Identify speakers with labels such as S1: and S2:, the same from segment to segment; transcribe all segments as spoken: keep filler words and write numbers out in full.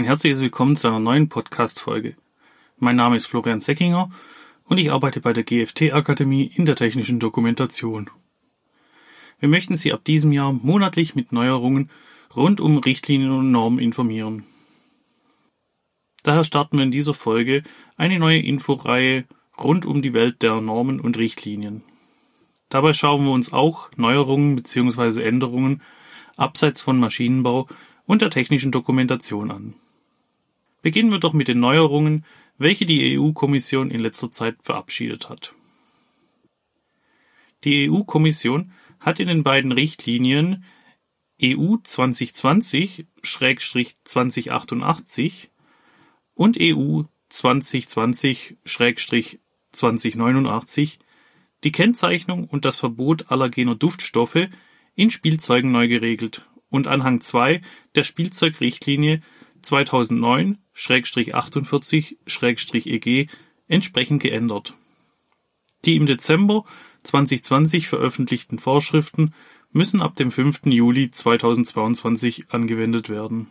S1: Ein herzliches Willkommen zu einer neuen Podcast-Folge. Mein Name ist Florian Seckinger und ich arbeite bei der G F T-Akademie in der technischen Dokumentation. Wir möchten Sie ab diesem Jahr monatlich mit Neuerungen rund um Richtlinien und Normen informieren. Daher starten wir in dieser Folge eine neue Inforeihe rund um die Welt der Normen und Richtlinien. Dabei schauen wir uns auch Neuerungen bzw. Änderungen abseits von Maschinenbau und der technischen Dokumentation an. Beginnen wir doch mit den Neuerungen, welche die E U-Kommission in letzter Zeit verabschiedet hat. Die E U-Kommission hat in den beiden Richtlinien E U zwanzig zwanzig zwanzig achtundachtzig und E U zwanzig zwanzig zwanzig neunundachtzig die Kennzeichnung und das Verbot allergener Duftstoffe in Spielzeugen neu geregelt und Anhang zwei der Spielzeugrichtlinie zweitausendneun achtundvierzig E G entsprechend geändert. Die im Dezember zwanzig zwanzig veröffentlichten Vorschriften müssen ab dem fünften Juli zweitausendzweiundzwanzig angewendet werden.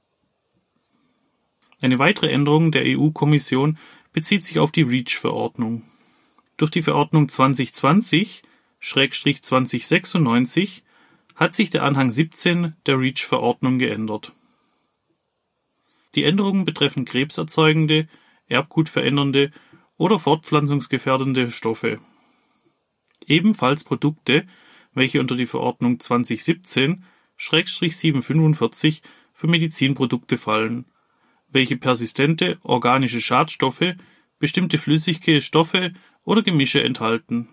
S1: Eine weitere Änderung der E U-Kommission bezieht sich auf die REACH-Verordnung. Durch die Verordnung zwanzig zwanzig zwanzig sechsundneunzig hat sich der Anhang siebzehn der REACH-Verordnung geändert. Die Änderungen betreffen krebserzeugende, erbgutverändernde oder fortpflanzungsgefährdende Stoffe. Ebenfalls Produkte, welche unter die Verordnung zwanzig siebzehn siebenhundertfünfundvierzig für Medizinprodukte fallen, welche persistente organische Schadstoffe, bestimmte flüssige Stoffe oder Gemische enthalten.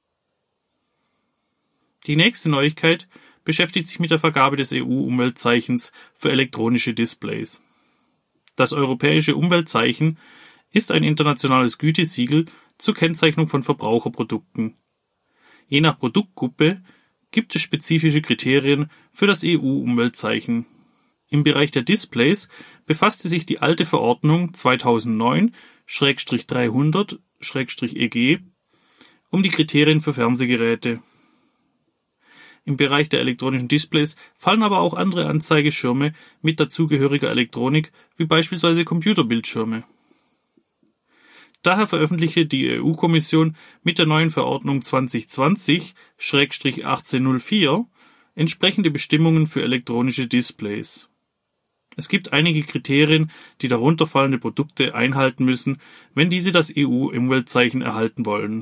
S1: Die nächste Neuigkeit beschäftigt sich mit der Vergabe des E U-Umweltzeichens für elektronische Displays. Das europäische Umweltzeichen ist ein internationales Gütesiegel zur Kennzeichnung von Verbraucherprodukten. Je nach Produktgruppe gibt es spezifische Kriterien für das E U-Umweltzeichen. Im Bereich der Displays befasste sich die alte Verordnung zweitausendneun dreihundert E G um die Kriterien für Fernsehgeräte. Im Bereich der elektronischen Displays fallen aber auch andere Anzeigeschirme mit dazugehöriger Elektronik, wie beispielsweise Computerbildschirme. Daher veröffentlichte die E U-Kommission mit der neuen Verordnung zwanzig zwanzig achtzehnhundervier entsprechende Bestimmungen für elektronische Displays. Es gibt einige Kriterien, die darunter fallende Produkte einhalten müssen, wenn diese das E U-Umweltzeichen erhalten wollen.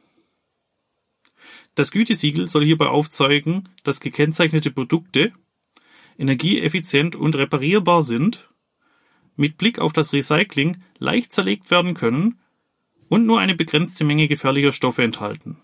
S1: Das Gütesiegel soll hierbei aufzeigen, dass gekennzeichnete Produkte energieeffizient und reparierbar sind, mit Blick auf das Recycling leicht zerlegt werden können und nur eine begrenzte Menge gefährlicher Stoffe enthalten.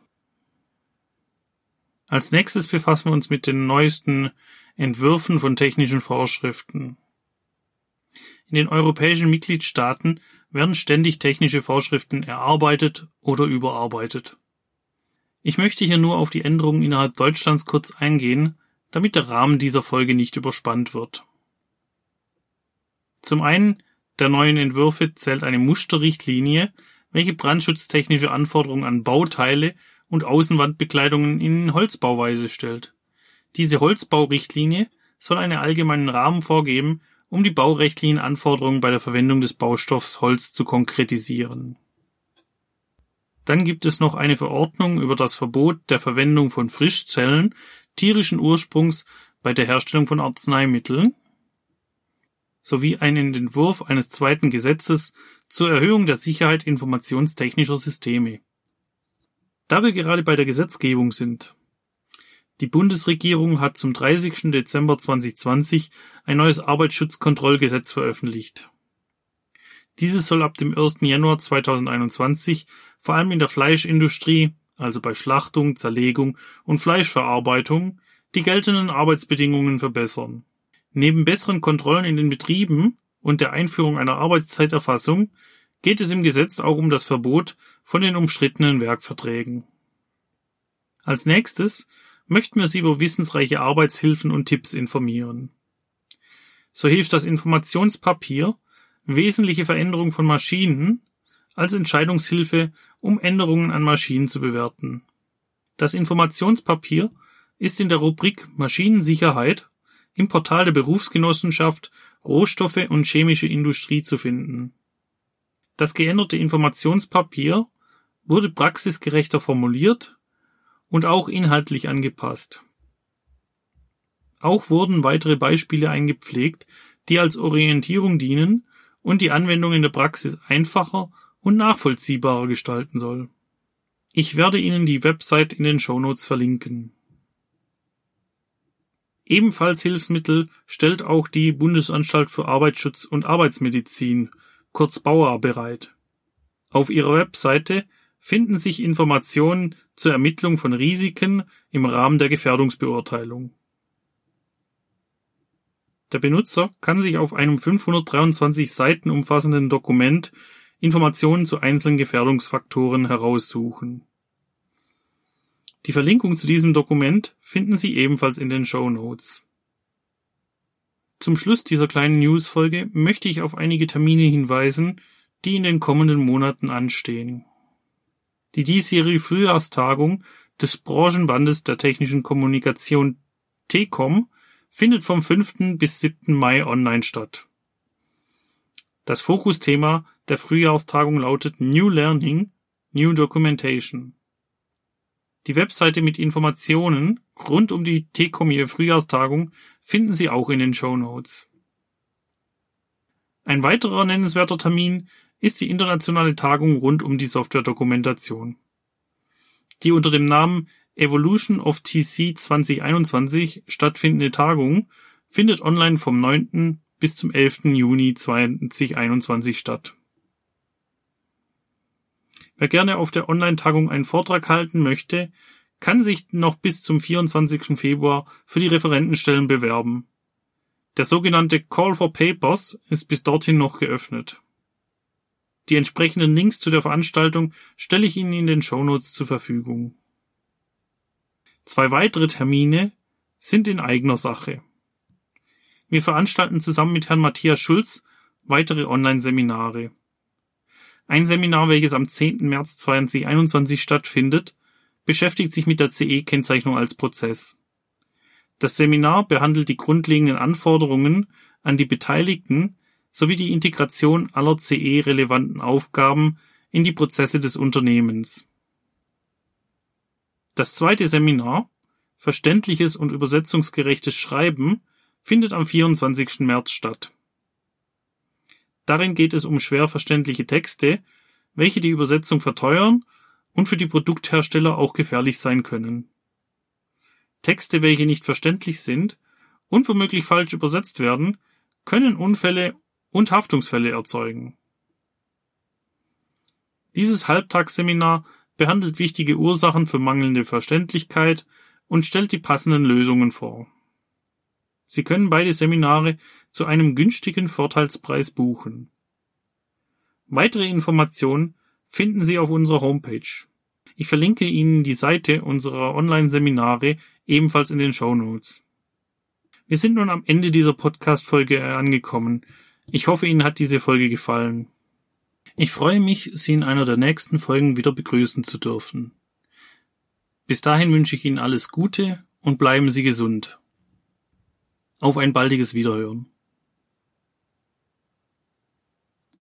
S1: Als nächstes befassen wir uns mit den neuesten Entwürfen von technischen Vorschriften. In den europäischen Mitgliedstaaten werden ständig technische Vorschriften erarbeitet oder überarbeitet. Ich möchte hier nur auf die Änderungen innerhalb Deutschlands kurz eingehen, damit der Rahmen dieser Folge nicht überspannt wird. Zum einen der neuen Entwürfe zählt eine Musterrichtlinie, welche brandschutztechnische Anforderungen an Bauteile und Außenwandbekleidungen in Holzbauweise stellt. Diese Holzbaurichtlinie soll einen allgemeinen Rahmen vorgeben, um die baurechtlichen Anforderungen bei der Verwendung des Baustoffs Holz zu konkretisieren. Dann gibt es noch eine Verordnung über das Verbot der Verwendung von Frischzellen tierischen Ursprungs bei der Herstellung von Arzneimitteln sowie einen Entwurf eines zweiten Gesetzes zur Erhöhung der Sicherheit informationstechnischer Systeme. Da wir gerade bei der Gesetzgebung sind. Die Bundesregierung hat zum dreißigsten Dezember zweitausendzwanzig ein neues Arbeitsschutzkontrollgesetz veröffentlicht. Dieses soll ab dem ersten Januar zweitausendeinundzwanzig vor allem in der Fleischindustrie, also bei Schlachtung, Zerlegung und Fleischverarbeitung, die geltenden Arbeitsbedingungen verbessern. Neben besseren Kontrollen in den Betrieben und der Einführung einer Arbeitszeiterfassung geht es im Gesetz auch um das Verbot von den umstrittenen Werkverträgen. Als nächstes möchten wir Sie über wissensreiche Arbeitshilfen und Tipps informieren. So hilft das Informationspapier Wesentliche Veränderung von Maschinen als Entscheidungshilfe, um Änderungen an Maschinen zu bewerten. Das Informationspapier ist in der Rubrik Maschinensicherheit im Portal der Berufsgenossenschaft Rohstoffe und chemische Industrie zu finden. Das geänderte Informationspapier wurde praxisgerechter formuliert und auch inhaltlich angepasst. Auch wurden weitere Beispiele eingepflegt, die als Orientierung dienen und die Anwendung in der Praxis einfacher und nachvollziehbarer gestalten soll. Ich werde Ihnen die Website in den Shownotes verlinken. Ebenfalls Hilfsmittel stellt auch die Bundesanstalt für Arbeitsschutz und Arbeitsmedizin, kurz BAUA, bereit. Auf ihrer Webseite finden sich Informationen zur Ermittlung von Risiken im Rahmen der Gefährdungsbeurteilung. Der Benutzer kann sich auf einem fünfhundertdreiundzwanzig Seiten umfassenden Dokument Informationen zu einzelnen Gefährdungsfaktoren heraussuchen. Die Verlinkung zu diesem Dokument finden Sie ebenfalls in den Shownotes. Zum Schluss dieser kleinen Newsfolge möchte ich auf einige Termine hinweisen, die in den kommenden Monaten anstehen. Die diesjährige Frühjahrstagung des Branchenbandes der technischen Kommunikation T C O M findet vom fünften bis siebten Mai online statt. Das Fokusthema der Frühjahrstagung lautet New Learning, New Documentation. Die Webseite mit Informationen rund um die T C O M Frühjahrstagung finden Sie auch in den Shownotes. Ein weiterer nennenswerter Termin ist die internationale Tagung rund um die Softwaredokumentation. Die unter dem Namen Evolution of T C zwanzig einundzwanzig stattfindende Tagung findet online vom neunten bis zum elften Juni zweitausendeinundzwanzig statt. Wer gerne auf der Online-Tagung einen Vortrag halten möchte, kann sich noch bis zum vierundzwanzigsten Februar für die Referentenstellen bewerben. Der sogenannte Call for Papers ist bis dorthin noch geöffnet. Die entsprechenden Links zu der Veranstaltung stelle ich Ihnen in den Shownotes zur Verfügung. Zwei weitere Termine sind in eigener Sache. Wir veranstalten zusammen mit Herrn Matthias Schulz weitere Online-Seminare. Ein Seminar, welches am zehnten März zweitausendeinundzwanzig stattfindet, beschäftigt sich mit der C E-Kennzeichnung als Prozess. Das Seminar behandelt die grundlegenden Anforderungen an die Beteiligten sowie die Integration aller C E-relevanten Aufgaben in die Prozesse des Unternehmens. Das zweite Seminar, Verständliches und übersetzungsgerechtes Schreiben, findet am vierundzwanzigsten März statt. Darin geht es um schwer verständliche Texte, welche die Übersetzung verteuern und für die Produkthersteller auch gefährlich sein können. Texte, welche nicht verständlich sind und womöglich falsch übersetzt werden, können Unfälle und Haftungsfälle erzeugen. Dieses Halbtagsseminar behandelt wichtige Ursachen für mangelnde Verständlichkeit und stellt die passenden Lösungen vor. Sie können beide Seminare zu einem günstigen Vorteilspreis buchen. Weitere Informationen finden Sie auf unserer Homepage. Ich verlinke Ihnen die Seite unserer Online-Seminare ebenfalls in den Shownotes. Wir sind nun am Ende dieser Podcast-Folge angekommen. Ich hoffe, Ihnen hat diese Folge gefallen. Ich freue mich, Sie in einer der nächsten Folgen wieder begrüßen zu dürfen. Bis dahin wünsche ich Ihnen alles Gute und bleiben Sie gesund. Auf ein baldiges Wiederhören.